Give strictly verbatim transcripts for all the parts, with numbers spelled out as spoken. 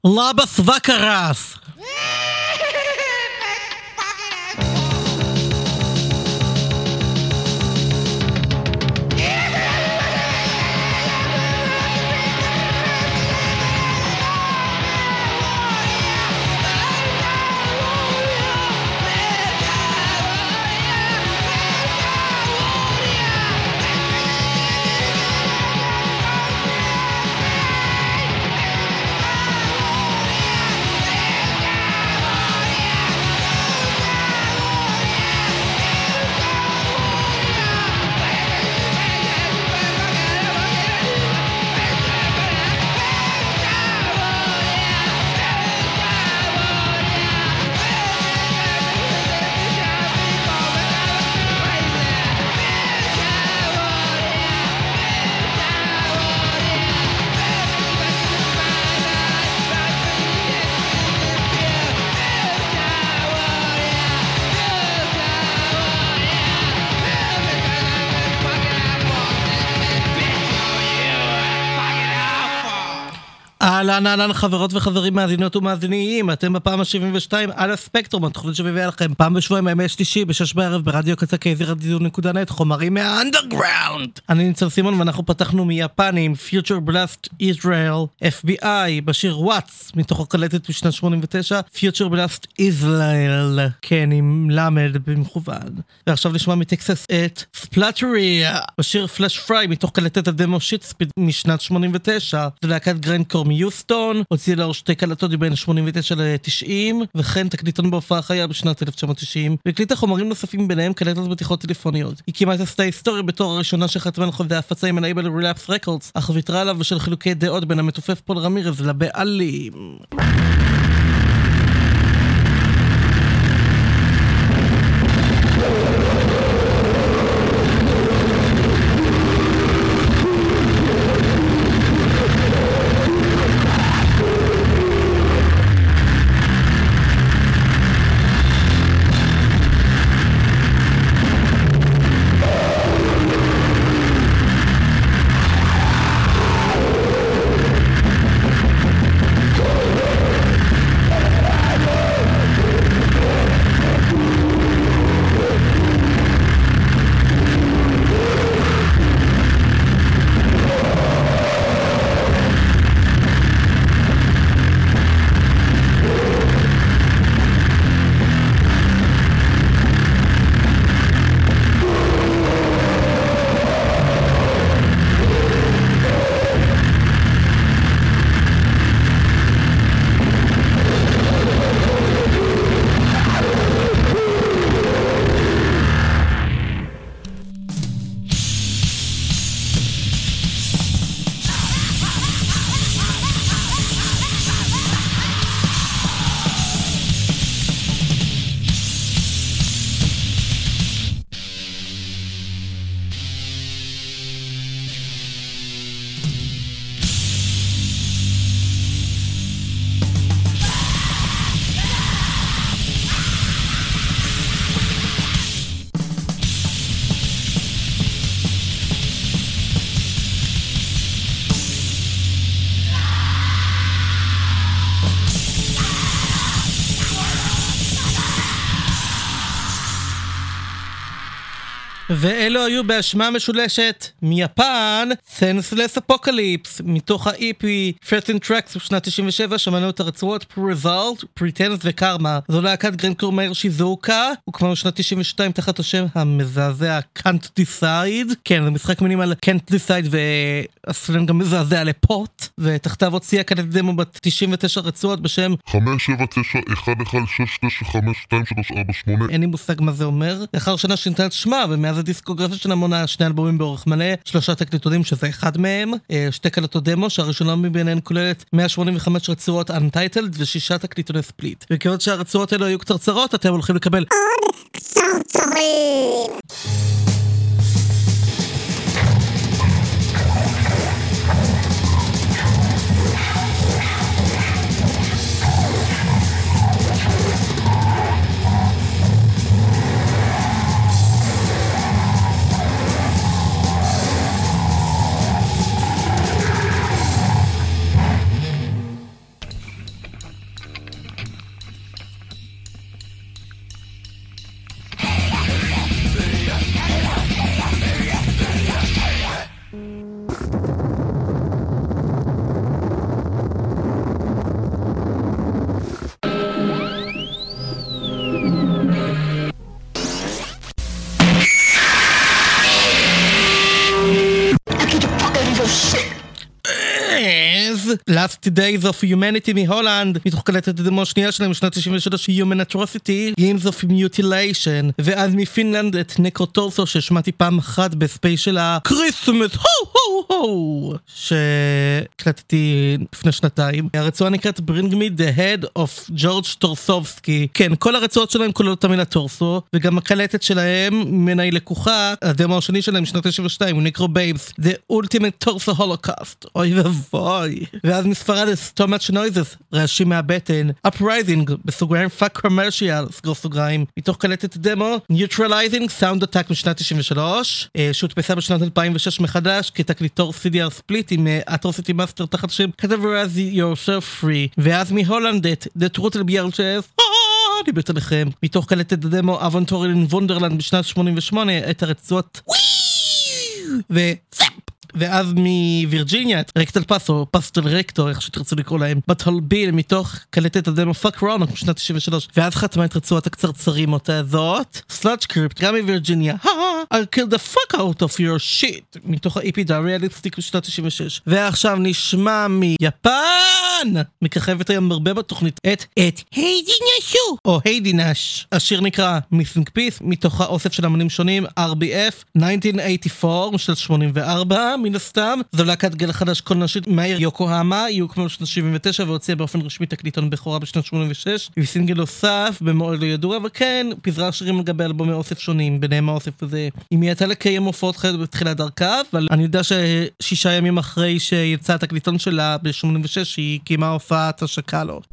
Labas vakaras! אהלן אהלן חברות וחברים מאזינות ומאזיניים, אתם בפעם ה-שבעים ושתיים על הספקטרום, התוכנית שמביאה לכם פעם בשבועיים הימי שלישי בשש בערב ברדיו קצה קייזי רדיו נקודה נט, חומרים מהאנדרגראונד. אני ניצל סימון ואנחנו פתחנו מיפן עם Future Blast Israel, אף בי איי בשיר What's מתוך הקלטת בשנת שמונים ותשע, Future Blast Israel, כן עם למד במכוון. ועכשיו נשמע מטקסס את Splatteria בשיר Flash Fry מתוך קלטת הדמו שיטספיד משנת שמונים ותשע, זה להקת גרנדקור מיוסטון, הוציא לאור שתי קלטות בין שמונים ותשע ל-תשעים, וכן תקליטון בהופעה חיה בשנת אלף תשע מאות תשעים, והקליטה חומרים נוספים ביניהם קלטות בטיחות טלפוניות. היא כמעט עשתה היסטוריה בתור הראשונה שחתמה על חוזה הפצה עם הלייבל רילאפס רקורדס, אך ויתרה עליו בשל חילוקי דעות בין המתופף פול רמירז לבעלים. ואלו היו בהשמעה משולשת מיפן, Senseless Apocalypse, מתוך ה-אי פי thirteen Tracks בשנת תשעים ושבע, שמענו את הרצועות Result, Pretend וקרמה. זו להקת גרנדקור מאיר שיזוקה, הוקמה בשנת תשעים ושתיים תחת השם המזעזע Can't Decide. כן, זה משחק מילים על Can't Decide והסלם גם מזעזע לפוט, ותחתיו הוציאה כאן את דמו בת תשעים ותשע רצועות בשם חמש שבע תשע אחת אחת שש תשע חמש שתיים שלוש ארבע שמונה. אין לי מושג מה זה אומר. לאחר שנה שינתה את שמה, ומאז הדיסקוגרפיה שלה מונה שני אלבומים באורך מלא, שלושה תקליטונים שזה אחד מהם, שתי קלטות דמו שהראשונה מביניהן כוללת מאה שמונים וחמש רצועות Untitled ושישה תקליטוני ספליט. וכיוון שהרצועות האלו היו קצרצרות, אתם הולכים לקבל עוד קצרצרים. Last Days of Humanity מהולנד, מתוך קלטת הדמו השנייה שלהם משנת תשעים ושלוש, Human Atrocity, Games of Mutilation, ואז מפינלנד את נקרוטורסו ששמעתי פעם אחת בספיישל הקריסמס, הו הו הו, שקלטתי לפני שנתיים. הרצועה נקראת Bring Me the Head of George Torsovsky. כן, כל הרצועות שלהם כוללות את המילה טורסו, וגם הקלטת שלהם ממנה היא לקוחה, הדמו השני שלהם משנת תשעים ושתיים, הוא נקרא Babes, The Ultimate Torso Holocaust. אוי ובוי. ואז מספרד So Much Noises, רעשים מהבטן, Uprising, בסוגריים Fuck Commercial, סגור סוגריים, מתוך קלטת דמו, Neutralizing Sound Attack משנת תשעים ושלוש, שהודפסה בשנת אלפיים ושש מחדש, כתקליטור סי די אר ספליט עם Atrocity Master תחת השם Categorize Yourself Free, ואז מהולנד את The Trutal Bjerges, אני בית עליכם, מתוך קלטת דמו Aventurin Wonderland בשנת שמונים ושמונה, את הרצועות ופאפ. ואז מווירג'יניה, את רקטל פס, או פסטל רקטור, איך שתרצו לקרוא להם, בטולביל, מתוך קלטת הדמו פאק רונוק משנת תשעים ושלוש, ואז חתמה את רצועת הקצרצרים אותה הזאת, סלאג' קריפט, גם מווירג'יניה, I'll kill the fuck out of your shit, מתוך ה-אי פי The Realistic משנת תשעים ושש, ועכשיו נשמע מיפן, מככבת היום הרבה בתוכנית, את את היידי נשו, או היידי נש, השיר נקרא Missing Piece, מתוך האוסף של אמנים שונים, אר בי אף, אלף תשע מאות ושמונים וארבע, משנת שמונים וארבע, מן הסתם, זו להקת גל חדש קול נשית מהעיר יוקוהמה, היא הוקמה בשנת שבעים ותשע והוציאה באופן רשמי תקליטון בכורה בשנת שמונים ושש, וסינגל נוסף במועד לא ידוע, וכן, פיזרה שירים לגבי אלבומי אוסף שונים, ביניהם האוסף הזה. היא מייתה לקיים הופעות חיות בתחילת דרכה, אבל אני יודע ששישה ימים אחרי שיצא התקליטון שלה ב-שמונים ושש, היא קיימה הופעת השקה לו.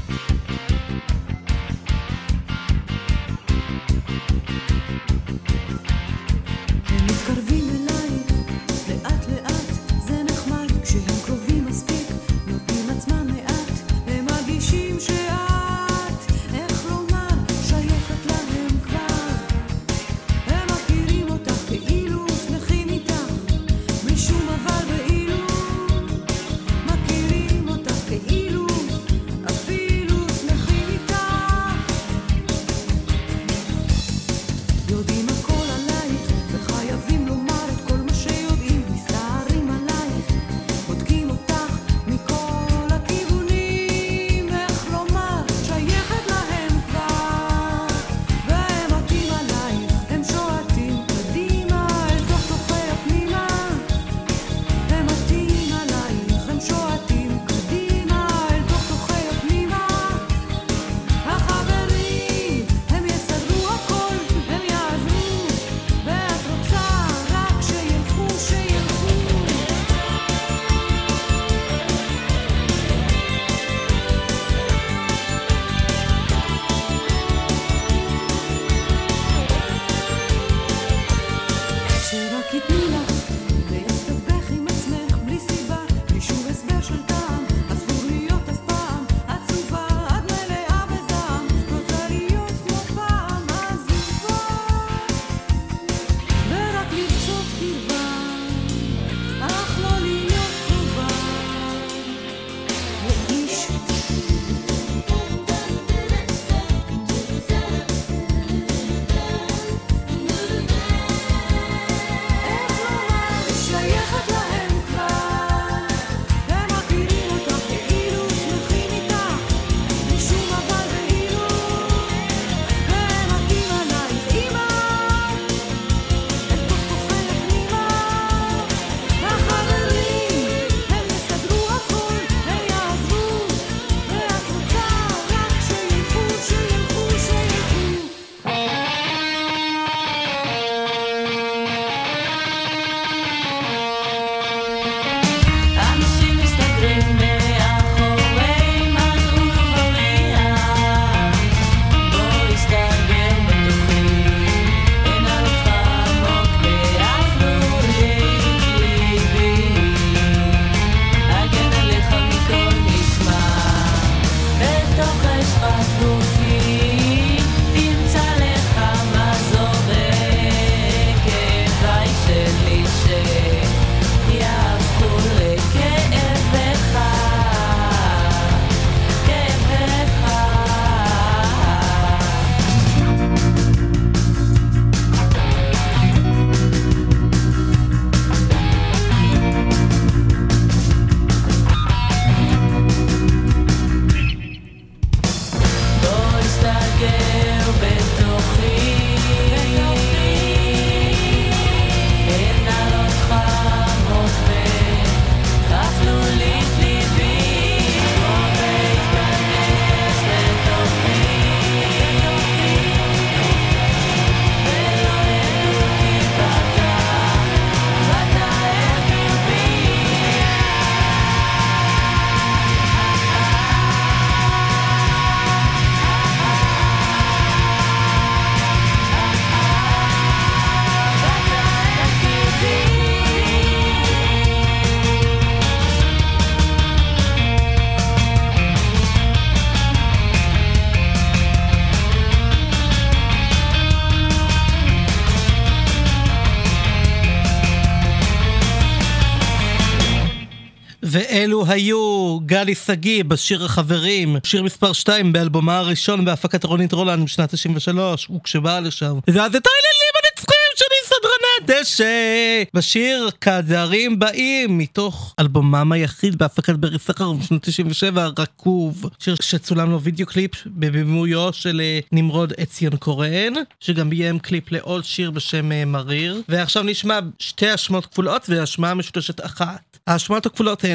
ואלו היו גלי סגי בשיר החברים, שיר מספר שתיים באלבומה הראשון בהפקת רונית רולנד בשנת תשעים ושלוש, וכשבאה לשם זה אז את היללים הנצחים שלי סדרנת דשא בשיר כדרים באים מתוך אלבומם היחיד בהפקת ברי סחר בשנת תשעים ושבע, רקוב, שיר שצולם לו וידאו קליפ בבימויו של נמרוד עציון קורן, שגם ביים קליפ לעוד שיר בשם מריר. ועכשיו נשמע שתי אשמות כפולות והאשמה המשותשת אחת. האשמות הכפולות הן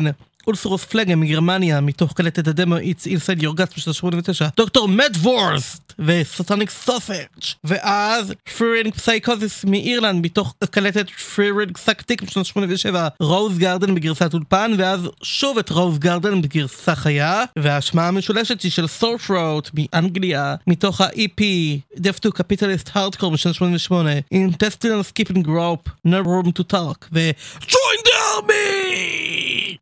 אולסרוס פלגה מגרמניה, מתוך קלטת הדמו It's Inside Your Guts בשנת שמונים ותשע, דוקטור מט וורסט וסטניק סוסאג', ואז פרירינג פסייקוזיס מאירלנד, מתוך קלטת פרירינג סקטיק בשנת שמונים ושבע, רוז גארדן בגרסת אולפן, ואז שוב את רוז גארדן בגרסה חיה, וההשמעה המשולשת היא של סור ת'רוט מאנגליה, מתוך ה-E P Death to Capitalist Hardcore בשנת שמונים ושמונה, Intestinal Skipping Rope, No Room to Talk, ו- Join the Army!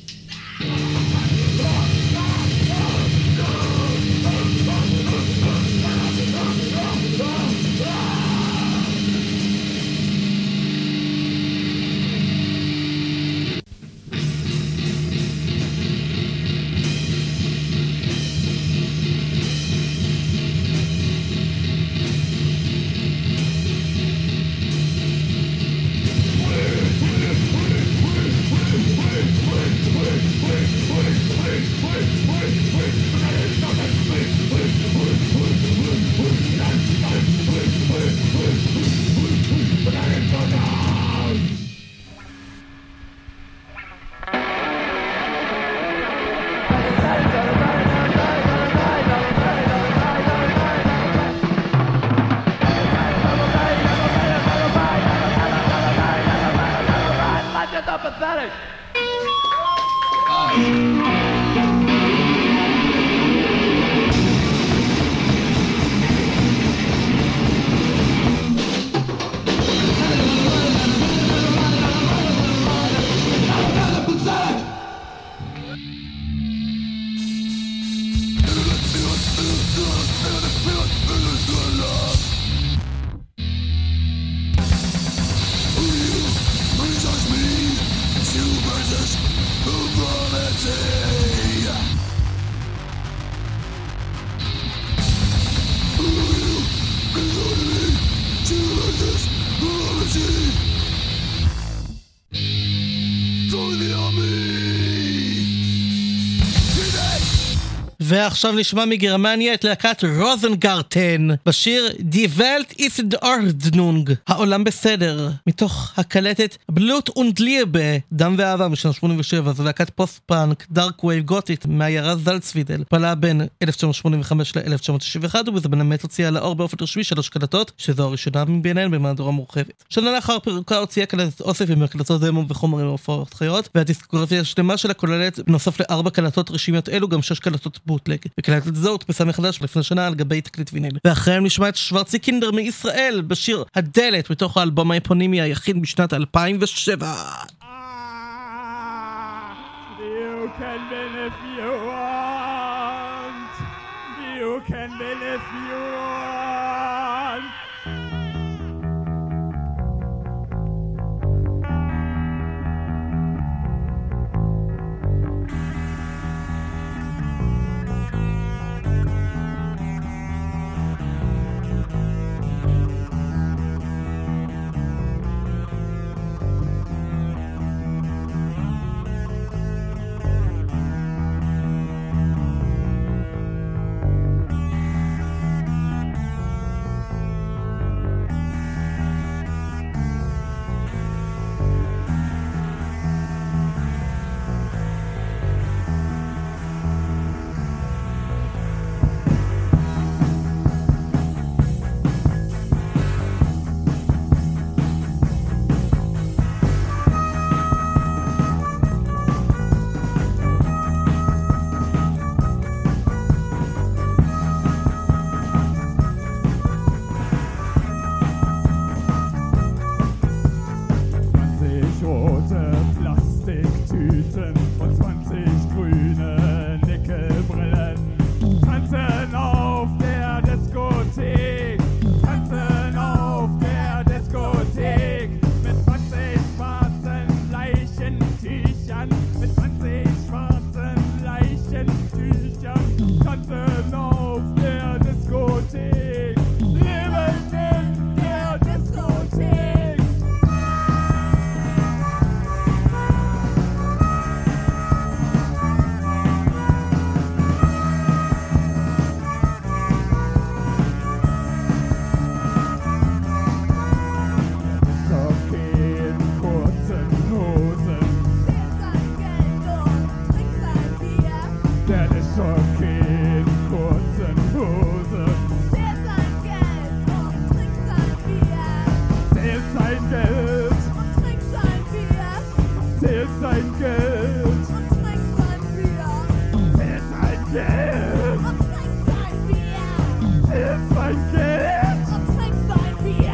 ועכשיו נשמע מגרמניה את להקת רוזנגרטן בשיר Die Welt ist in Ordnung, העולם בסדר, מתוך הקלטת בלוט und Liebe, דם ואהבה משנה שמונים ושבע. זו להקת פוסט-פאנק דארק וייב גותית מהעיירה זלצווידל, פעלה בין אלף תשע מאות שמונים וחמש ל-אלף תשע מאות תשעים ואחת, ובזמן אמת הוציאה לאור באופן רשמי שלוש קלטות, שזו הראשונה מביניהן במהדורה מורחבת. שנה לאחר פירוקה הוציאה קלטת אוסף עם הקלטות דמו וחומרים מהופעות חיות, והדיסקוגרפיה השלמה שלה כוללת נוסף לארבע קלטות רשימיות אלו גם שש קלטות בוטלג, וקלטת זו הודפסה מחדש לפני שנה על גבי תקליט ויניל. ואחריהם נשמע את שוורצי קינדר מישראל בשיר הדלת, מתוך האלבום האפונימי היחיד בשנת אלפיים ושבע. You can win if you want. You can win if you want. Eishockey in kurzen Hosen. Zählt sein Geld und trinkt sein Bier. Zählt sein Geld, Und trinkt sein Bier. zählt sein Geld, Und trinkt sein Bier. zählt sein Geld, Und trinkt sein Bier. zählt sein Geld. Und trinkt sein Bier.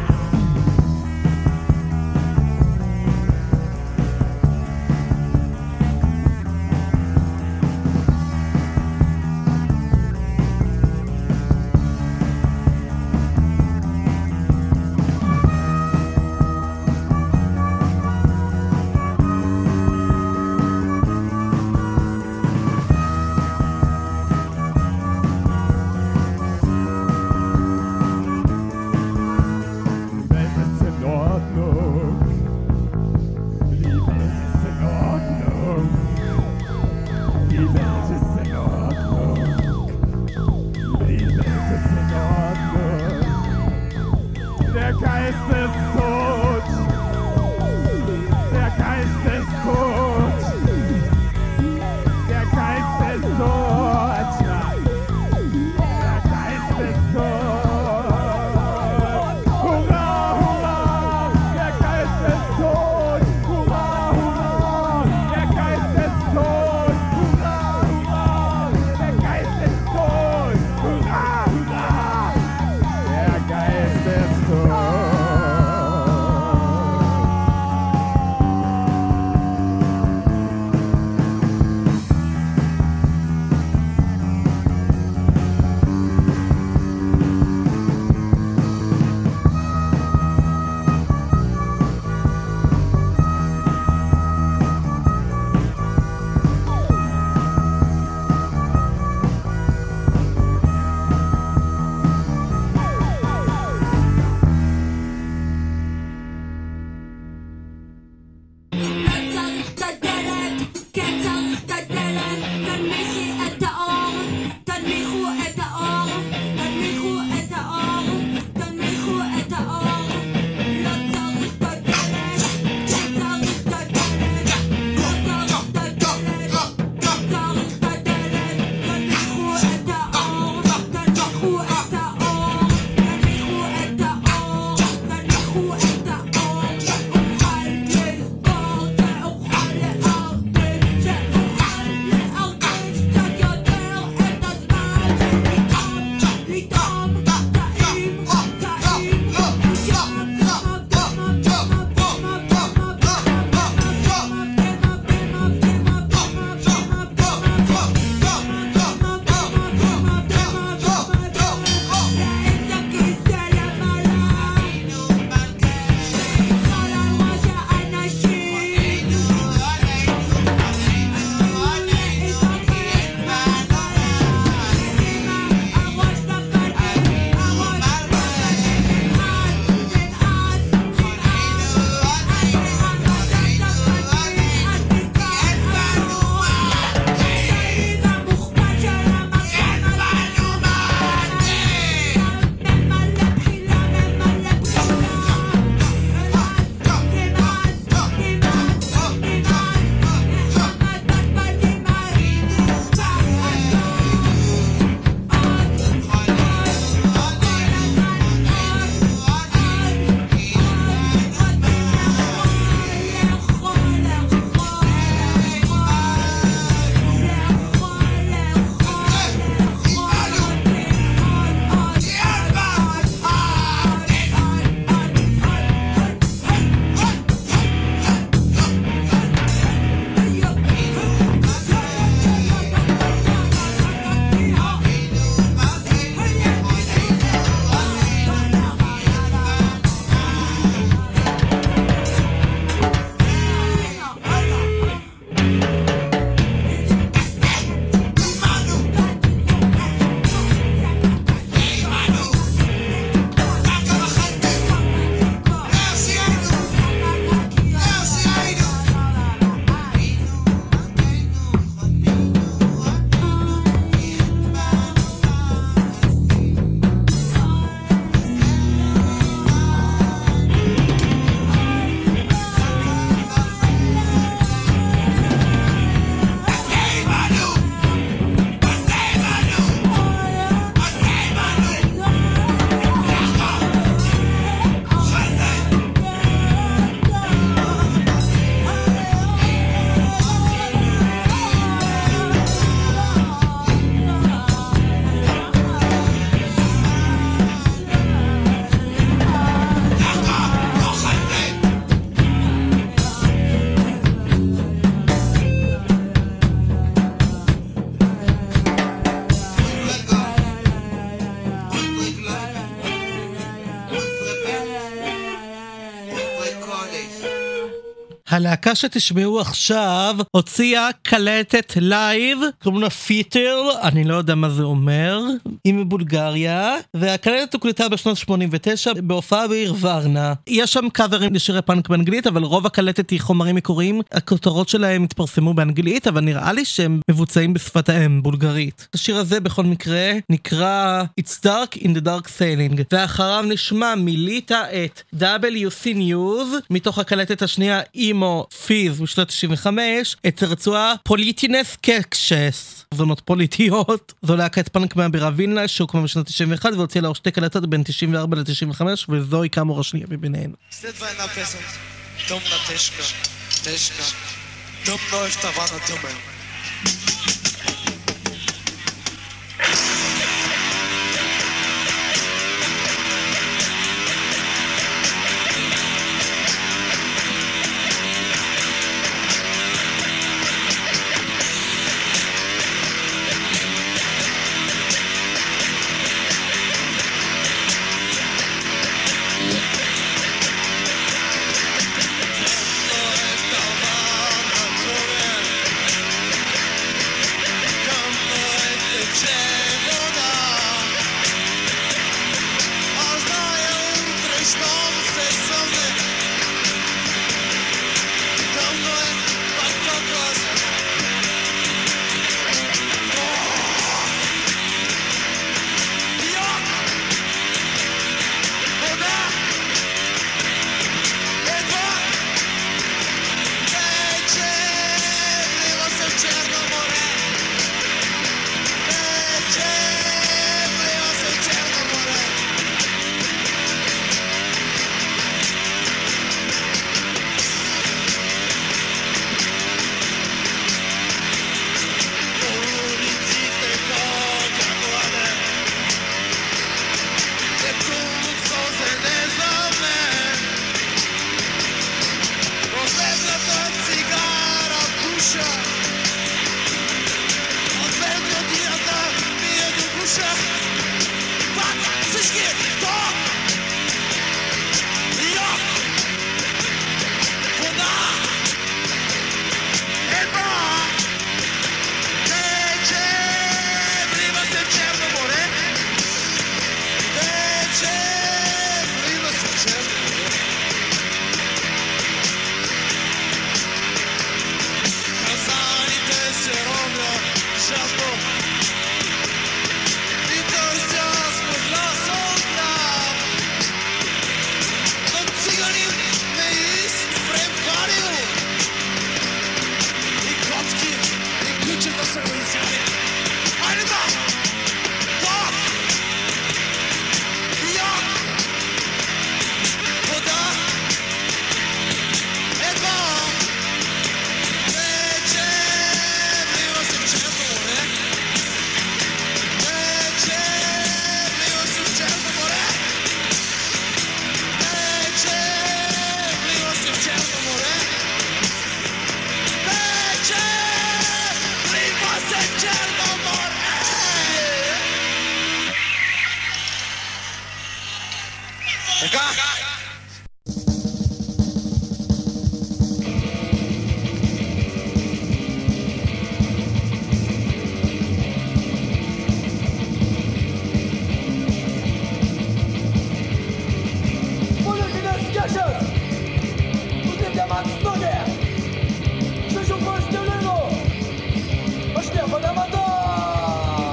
הלהקה שתשמעו עכשיו הוציאה קלטת לייב, קוראים לה פיטר, אני לא יודע מה זה אומר, היא מבולגריה, והקלטת הוקלטה בשנות שמונים ותשע בהופעה בעיר ורנה. יש שם קאברים לשירי פאנק באנגלית, אבל רוב הקלטת היא חומרים מקוריים, הכותרות שלהם התפרסמו באנגלית, אבל נראה לי שהם מבוצעים בשפת האם, בולגרית. השיר הזה בכל מקרה נקרא It's Dark in the Dark Sailing, ואחריו נשמע מיליטה את דאבליו סי News, מתוך הקלטת השנייה אימו פיז בשנת תשעים וחמש, את הרצועה פוליטינס קקשס, זונות פוליטיות. זו להקת פאנק מהבירה וילנה שהוקמה בשנת תשעים ואחת והוציאה לאור שתי קלטות בין תשעים וארבע ל-תשעים וחמש, וזוהי כאמור השנייה מביניהן. Следва една песен, тъмна, тежка, тежка, тъмно е в тавана тъмен.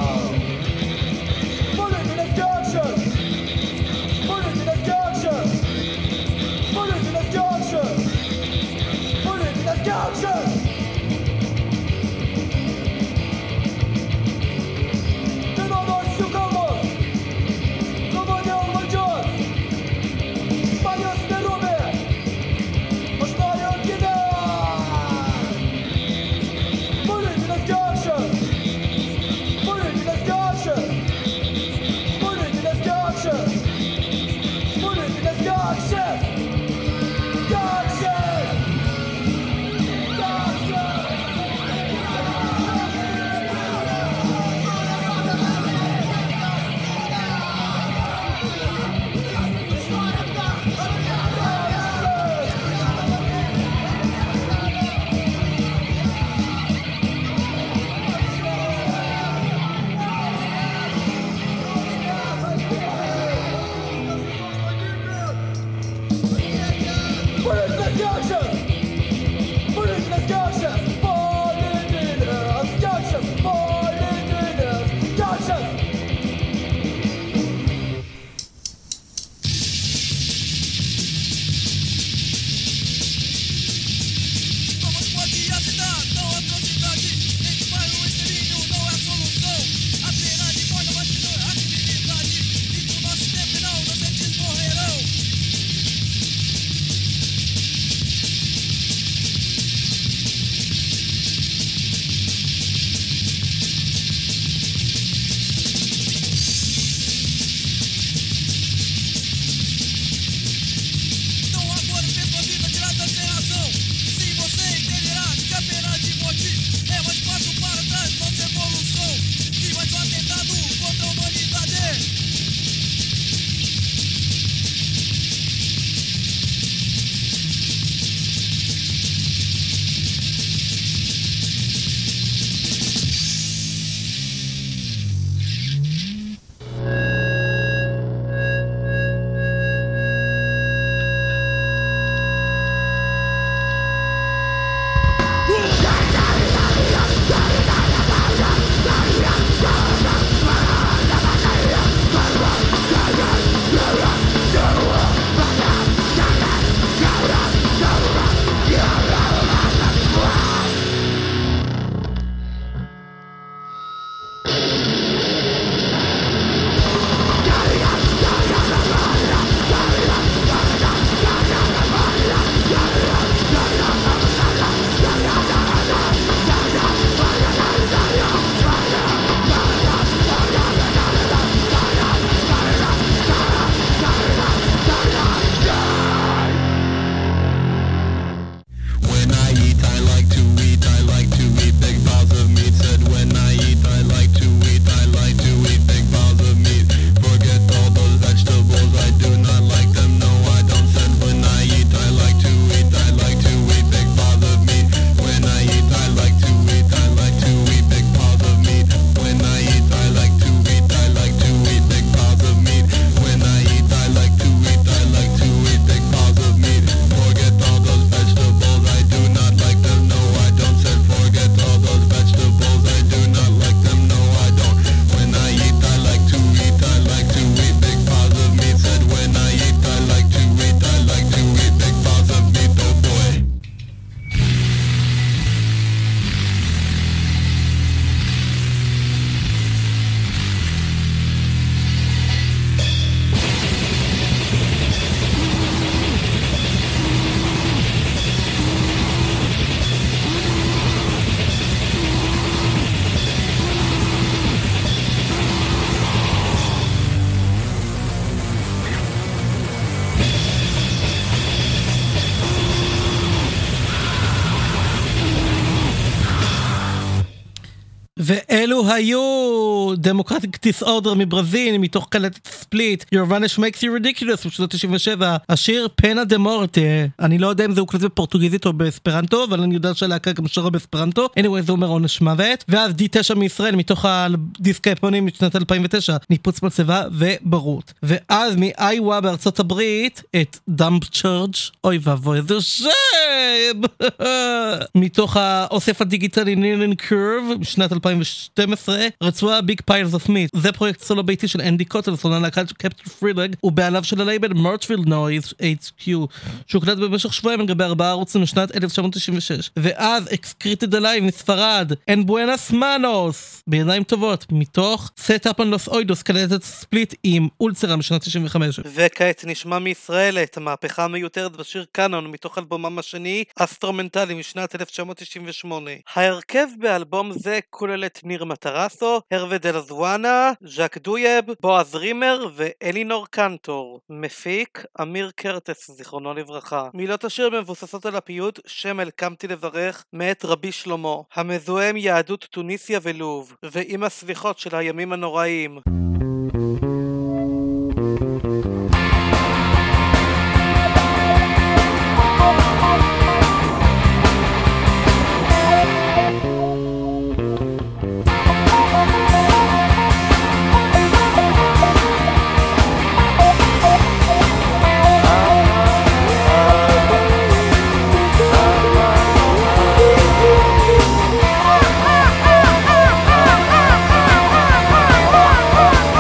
Action! morte é mais passo para trás, falta evolução e mais um atentado contra a humanidade. ואלו היו Democratic Disorder מברזיל, מתוך קלטת ספליט Your Vanish Makes You Ridiculous בשנות תשעים ושבע, השיר פנה דה מורטה. אני לא יודע אם זה הוקלט בפורטוגזית או באספרנטו, אבל אני יודע שהלהקה גם שרה באספרנטו. anyway, זה אומר עונש מוות. ואז די תשע מישראל, מתוך הדיסק האפונים משנת אלפיים ותשע, ניפוץ בצבא וברות. ואז מאיווה בארצות הברית, את Dump Church, אוי ואבוי, איזה שם! מתוך האוסף הדיגיטלי Neon and Curve, משנת אלפיים ושתים עשרה, רצועה Big Piles of Meat. זה פרויקט סולו ביתי של אנדי קוטלסון, הלהקת קפטן פרידלג, ובעליו של הלייבל מרצ'וויל נויז אייץ' קיו, שהוקלט במשך שבועיים על גבי ארבעה ערוצים משנת אלף תשע מאות תשעים ושש. ואז Excreted Alive מספרד, En Buenas Manos, בידיים טובות, מתוך Set Up on Los Oidos, קלטת ספליט עם אולצרה משנת תשעים וחמש. וכעת נשמע מישראל את המהפכה המיותרת בשיר קאנון, מתוך אלבומם השני, אסטרומנטלי משנת אלף תשע מאות תשעים ושמונה. ההרכב באלבום זה כולל את ניר מטרסו, הרווה דלזואנה, ז'ק דויב, בועז רימר ואלינור קנטור. מפיק אמיר קרטס, זיכרונו לברכה. מילות השיר מבוססות על הפיוט שמל קמתי לברך מאת רבי שלמה, המזוהה עם יהדות טוניסיה ולוב, ועם הסליחות של הימים הנוראים. Ah!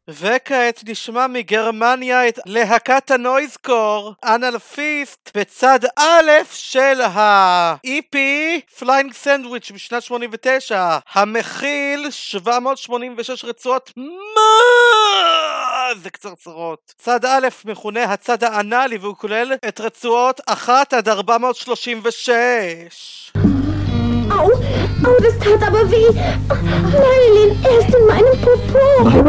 וכעת נשמע מגרמניה את להקת הנויזקור, אנלפיסט, בצד א' של ה-אי פי Flying Sandwich בשנת שמונים ותשע, המכיל שבע מאות שמונים ושש רצועות. מה? זה קצרצרות. צד א' מכונה הצד האנלי והוא כולל את רצועות אחת עד ארבע מאות שלושים ושש. Au, au, das tat aber weh. Marilyn, er ist in meinem Popo.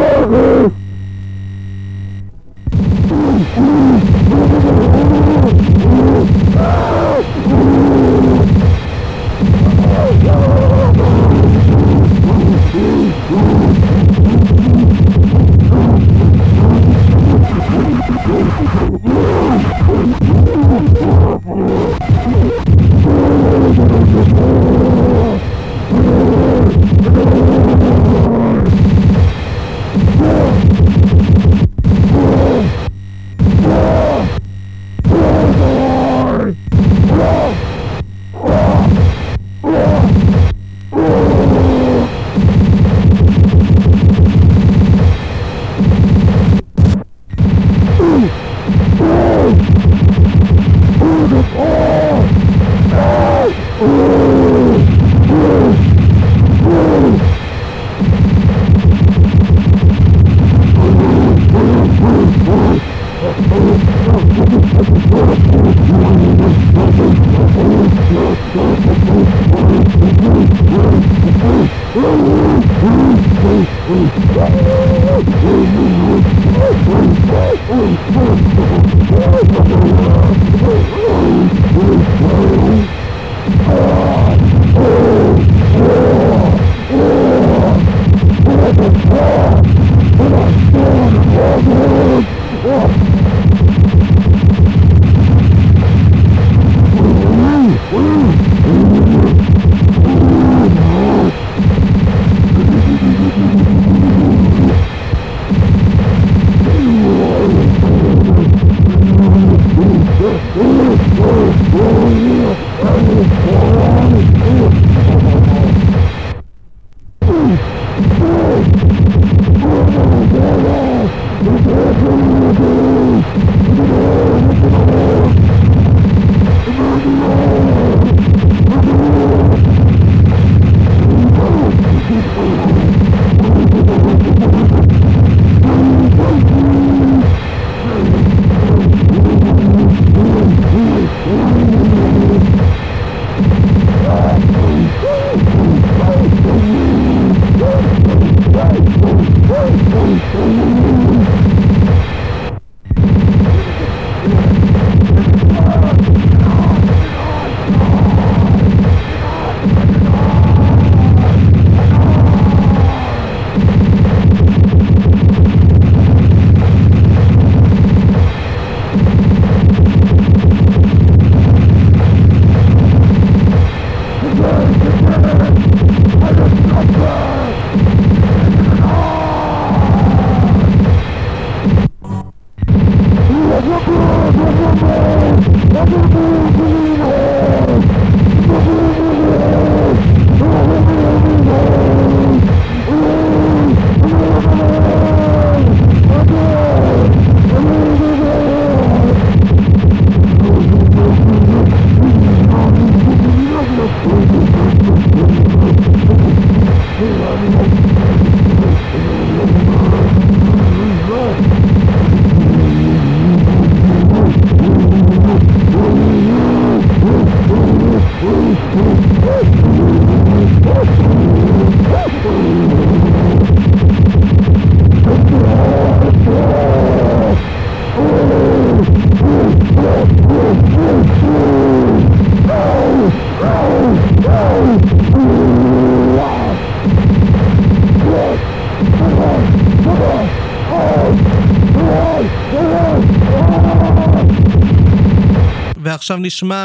ועכשיו נשמע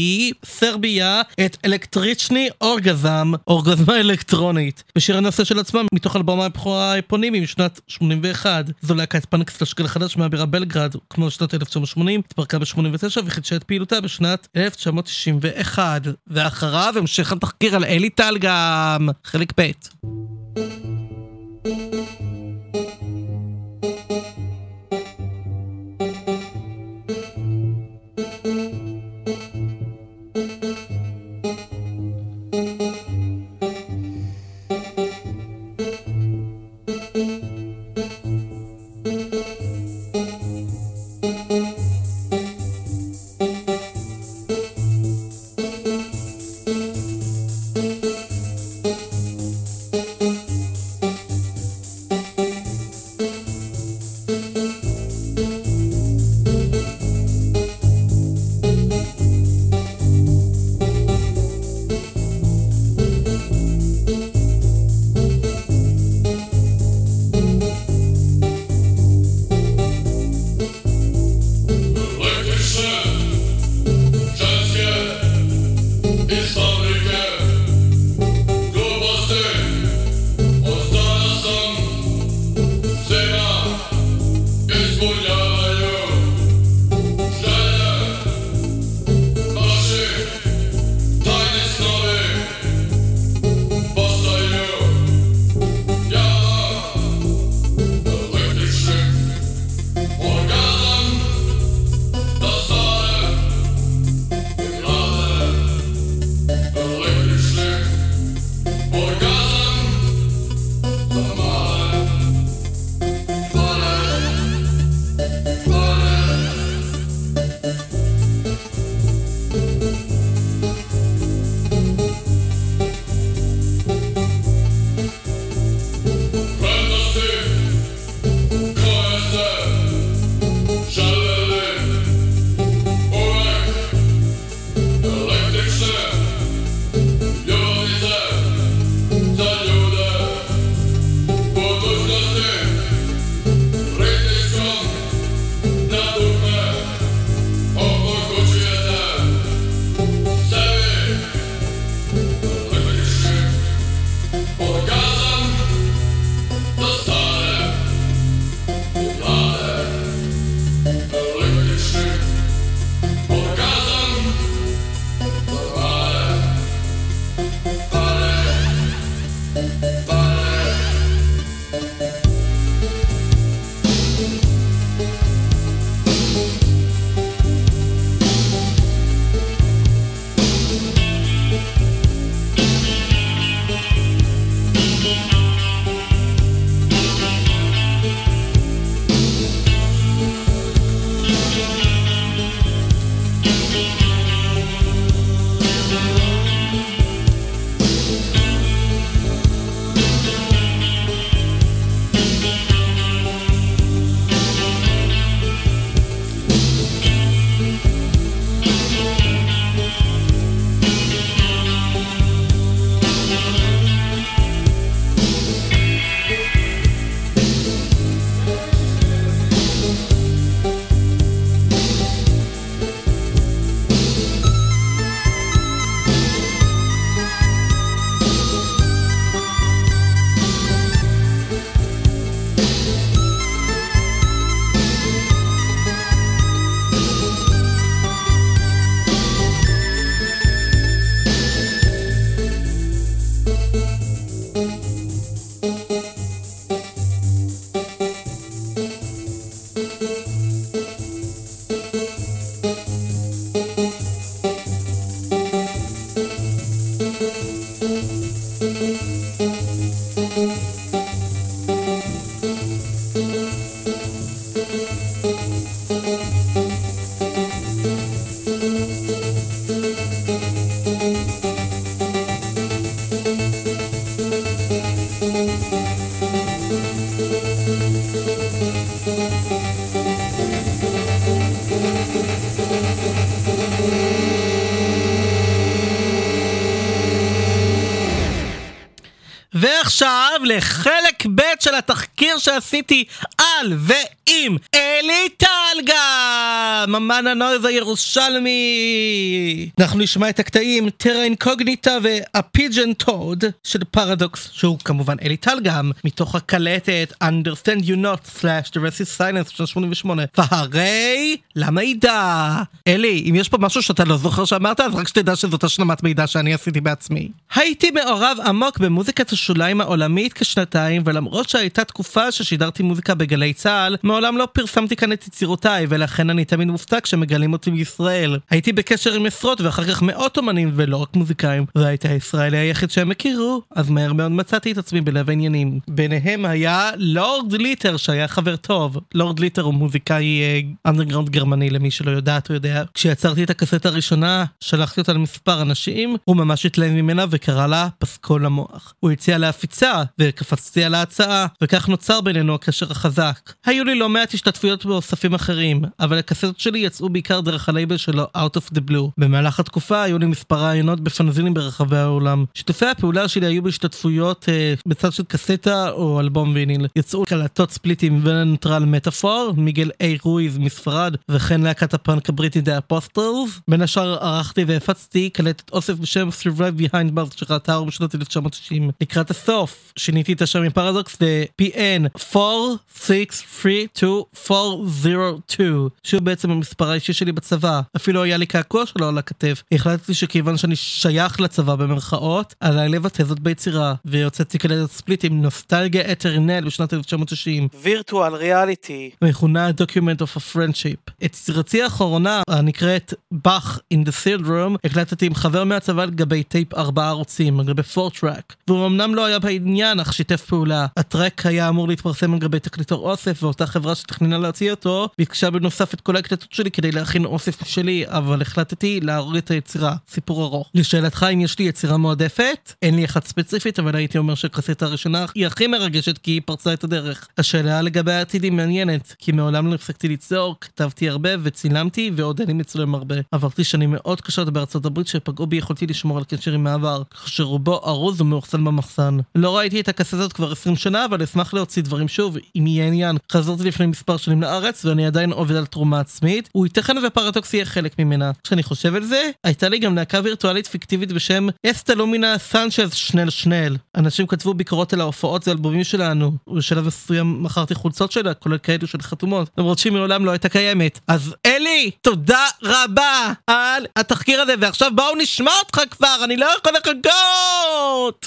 מסרביה את אלקטריצ'ני אורגזם, אורגזמה אלקטרונית, בשיר הנושא של עצמם מתוך אלבום הבכורה האפונימי משנת שמונים ואחת. זו להקת פאנק סלאש חדש מהבירה בלגרד, כמו שנת אלף תשע מאות ושמונים, התפרקה ב-שמונים ותשע וחידשה את פעילותה בשנת אלף תשע מאות תשעים ואחת. ואחריו המשך התחקיר על אלי טל גם, חלק ב'. ועכשיו לחלק ב' של התחקיר שעשיתי על ועם אלי טלגה, ממן הנויז הירושלמי. אנחנו נשמע את הקטעים טרה אינקוגניטה והפיג'ן טוד של פרדוקס, שהוא כמובן אלי טלגה, מתוך הקלטת Understand You Not slash The Rest is Silence של שמונים ושמונה. והרי למידע, אלי, אם יש פה משהו שאתה לא זוכר שאמרת, אז רק שתדע שזאת השלמת מידע שאני עשיתי בעצמי. הייתי מעורב עמוק במוזיקת השוליים העולמית כשנתיים, ולמרות שהייתה תקופה ששידרתי מוזיקה בגלי צהל, מעולם לא פרסמתי כאן את יצירותיי, ולכן אני תמיד מופתע כשמגלים אותי בישראל. הייתי בקשר עם עשרות ואחר כך מאות אומנים ולא רק מוזיקאים, והייתי הישראלי היחיד שהם הכירו, אז מהר מאוד מצאתי את עצמי בלב העניינים. ביניהם היה לורד ליטר שהיה חבר טוב. לורד ליטר הוא מוזיקאי אנדרגראונד גרמני, למי שלא יודעת או יודע. כשיצרתי את הקסטה הראשונה, שלחתי אותה למספר אנשים, הוא ממש התלהב ממנה וקרא לה פסקול המוח. הוא הציע להפיצה וקפצתי על ההצעה, וכך נוצר בינינו הקשר החזק. היו לי לא מעט השתתפויות באוספים אחרים, אבל הקסטות שלי יצאו בעיקר דרך הלייבל שלו Out of the Blue. במהלך התקופה היו לי מספר רעיונות בפנזינים ברחבי העולם. שיתופי הפעולה שלי היו בהשתתפויות אה, בצד של קסטה או אלבום ויניל. יצאו קלטות ספליטים ונטרל מטאפור, מיגל איי רויז מספרד, וכן להקת הפאנק הבריטי דה אפוסטלס. בין השאר ערכתי והפצתי קלטת אוסף בשם Survive Behind Bars שראתה אור בשנות אלף תשע מאות תשעים. לקראת הסוף שיניתי את השם מפרדוקס ל-פי אן four six three two four zero two, שהוא בעצם המספר האישי שלי בצבא. אפילו היה לי קעקוע שלו על הכתב. החלטתי שכיוון שאני שייך לצבא במרכאות, עליי לבטא זאת ביצירה, ויוצאתי קלטת ספליט עם נוסטלגיה אטרנל בשנת אלף תשע מאות תשעים. וירטואל ריאליטי, מכונה Document of a Friendship. את יצירתי האחרונה, הנקראת Bach in the Sealed Room, הקלטתי עם חבר מהצבא לגבי טייפ ארבעה ערוצים, לגבי פור טראק. והוא אמנם לא היה בעניין, אך שיתף פעולה. הטרק היה אמור להתפרסם לגבי תקליטור אוסף, ואותה חברה שתכננה להוציא אותו, ביקשה בנוסף את כל ההקלטות שלי כדי להכין אוסף שלי, אבל החלטתי להרוג את היצירה. סיפור ארוך. לשאלתך אם יש לי יצירה מועדפת, אין לי אחת ספציפית, אבל הייתי אומר שהקסטה הראשונה היא הכי מרגשת כי היא פרצה את הדרך. השאלה לגבי העתיד היא מעניינת, כי מעולם לא הפסקתי ליצור, כתבתי הרבה וצילמתי, ועוד אני מצלם הרבה. עברתי שנים מאוד קשות בארצות הברית שפגעו בי יכולתי לשמור על קשר עם העבר, שרובו ארוז ומאוחסן במחסן. לא ראיתי את הקסטות כבר עשרים שנה, אבל אשמח להוציא דברים שוב, אם יהיה עניין. חזרתי לפני מספר שנים לארץ, ואני עדיין עובד על תרומה עצמית, וייתכן ופרדוקס יהיה חלק ממנה. כשאני חושב על זה, הייתה לי גם להקה וירטואלית פיקטיבית בשם אסטה לומינה סנצ'ז שנל שנל. אנשים כתבו ביקורות על ההופעות ואלבומים שלנו, ובשלב מסוים מכרתי חולצות שלה, כולל כאלו של חתומות, למרות שהיא מעולם לא הייתה קיימת. אז אלי, תודה רבה על התחקיר הזה, ועכשיו בואו נשמע אותך כבר, אני לא יכול לחכות!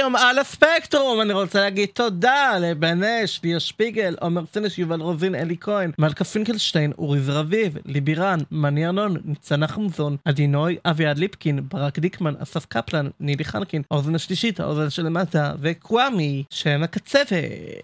היום על הספקטרום. אני רוצה להגיד תודה לבנש, ליה שפיגל, עומר סנש, יובל רוזין, אלי כהן, מלכה פינקלשטיין, אורי זרביב, ליבירן, מני ארנון, ניצנה חמזון, עדינוי, אביעד ליפקין, ברק דיקמן, אסף קפלן, נילי חנקין, האוזן השלישית, האוזן שלמטה, וקוואמי, שם הקצבת.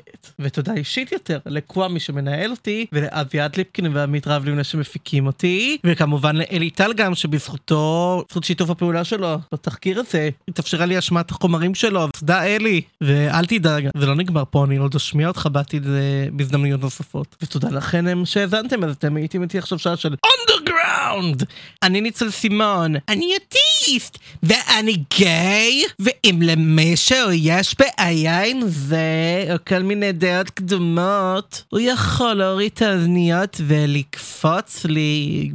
ותודה אישית יותר לקוואמי שמנהל אותי, ולאביעד ליפקין ועמית רב לבנה שמפיקים אותי, וכמובן לאלי טל גם שבזכותו, בזכות שיתוף הפעולה שלו בתחקיר הזה, התאפשרה לי השמעת החומרים שלו. תודה אלי, ואל תדאג, זה לא נגמר פה, אני לא תשמיע אותך בעתיד בהזדמנויות נוספות. ותודה לכם שהאזנתם, אז אתם הייתם איתי עכשיו שעה של אנדרגראונד. אני ניצל סימון, אני אוטיסט, ואני גיי, ואם למישהו יש בעיה עם זה, או כל מיני דעות קדומות, הוא יכול להוריד את האזניות ולקפוץ לי.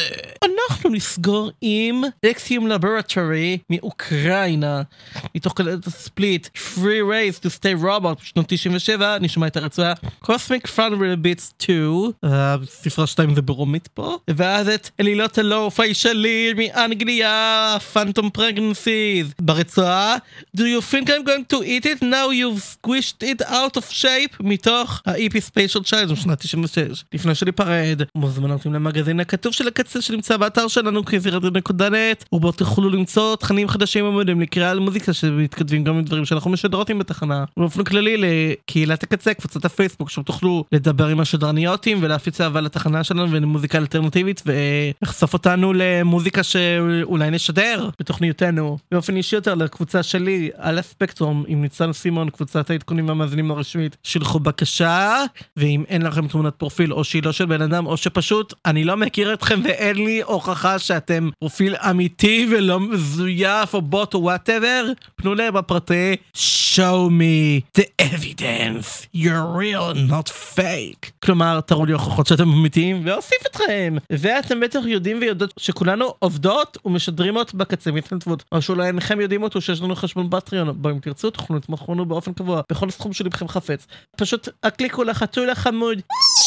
אנחנו נסגור עם אקסיום לבורטורי מאוקראינה, מתוך כללת הספליט Free Race to Stay Robot בשנות תשעים ושבע. נשמע את הרצועה Cosmic Fun Real Beats שתיים, ספרה שתיים זה ברומית פה, ואז את אלילות הלו-פיי שלי מאנגליה, Phantom Pregnancies. ברצועה Do you think I'm going to eat it now you've squished it out of shape, מתוך ה-E P Spatial Child בשנת תשעים ושש. לפני שניפרד, מוזמנותים למגזין הכתוב של הקצה שנמצא באתר שלנו קייזי רדיו נקודה נט, ובו תוכלו למצוא תכנים חדשים עמודים לקריאה על מוזיקה שמתכתבים גם עם דברים שאנחנו משדרות עם בתחנה. ובאופן כללי לקהילת הקצה, קבוצת הפייסבוק, שם תוכלו לדבר עם השדרניותים ולהפיץ אהבה לתחנה שלנו ולמוזיקה אלטרנטיבית, ולחשוף אותנו למוזיקה שאולי נשדר בתוכניותינו. באופן אישי יותר לקבוצה שלי על הספקטרום עם ניצן סימון, קבוצת העדכונים והמאזינים הרשמית, שלחו בקשה, ואם אין לכם תמונת פרופיל או שהיא לא של בן אדם, או שפשוט אני לא מכיר אתכם ואין לי הוכחה שאתם פרופיל אמיתי ולא מזויף או בוט או וואטאבר, פנו להם בפרטי, show me the evidence you're real not fake. כלומר, תראו לי הוכחות שאתם אמיתיים ואוסיף אתכם. ואתם בטח יודעים ויודעות שכולנו עובדות ומשדרימות בקצה מתנדבות, או שאולי אינכם יודעים אותו שיש לנו חשבון פטריון, בו אם תרצו תוכלו לתמוך בנו באופן קבוע בכל סכום שלבכם חפץ. פשוט הקליקו לחתול החמוד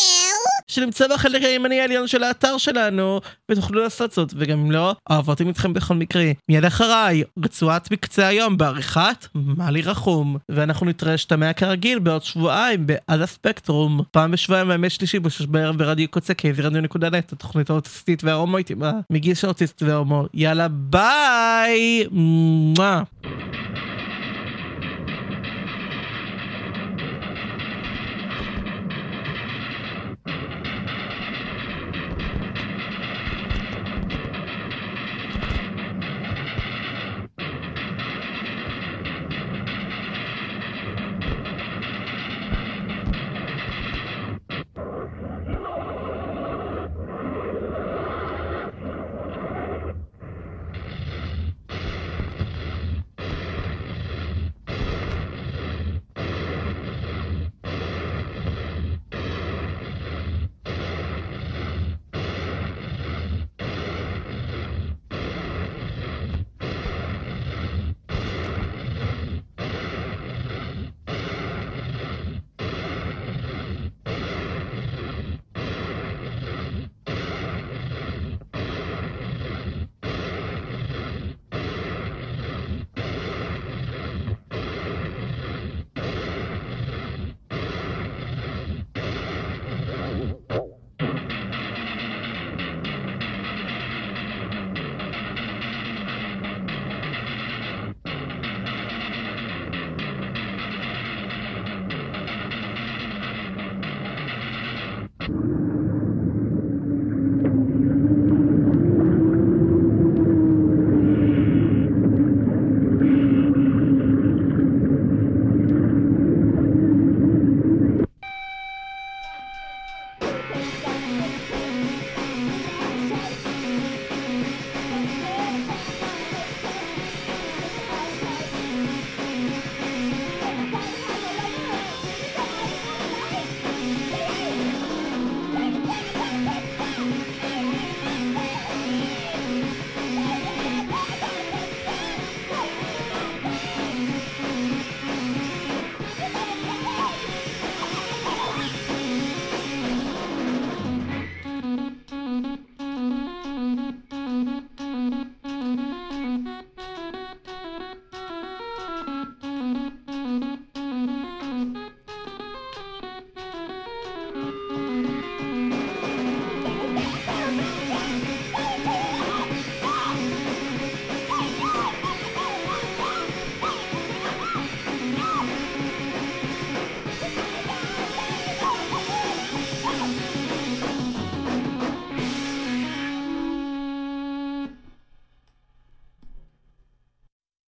שנמצא בחלק הימני העליון של האתר שלנו, ותוכלו לעשות זאת, וגם אם לא, אהבותים איתכם בכל מקרה. מיד אחריי, רצועת בקצה היום בעריכת מלי רחום, ואנחנו נתראה שתמע כרגיל בעוד שבועיים בעד הספקטרום, פעם בשבועיים מהמי שלישי בשש בערב ברדיו קצה קייזי רדיו נקודה נט, התוכנית האוטיסטית וההומואית עם המגיש האוטיסט וההומו. יאללה ביי.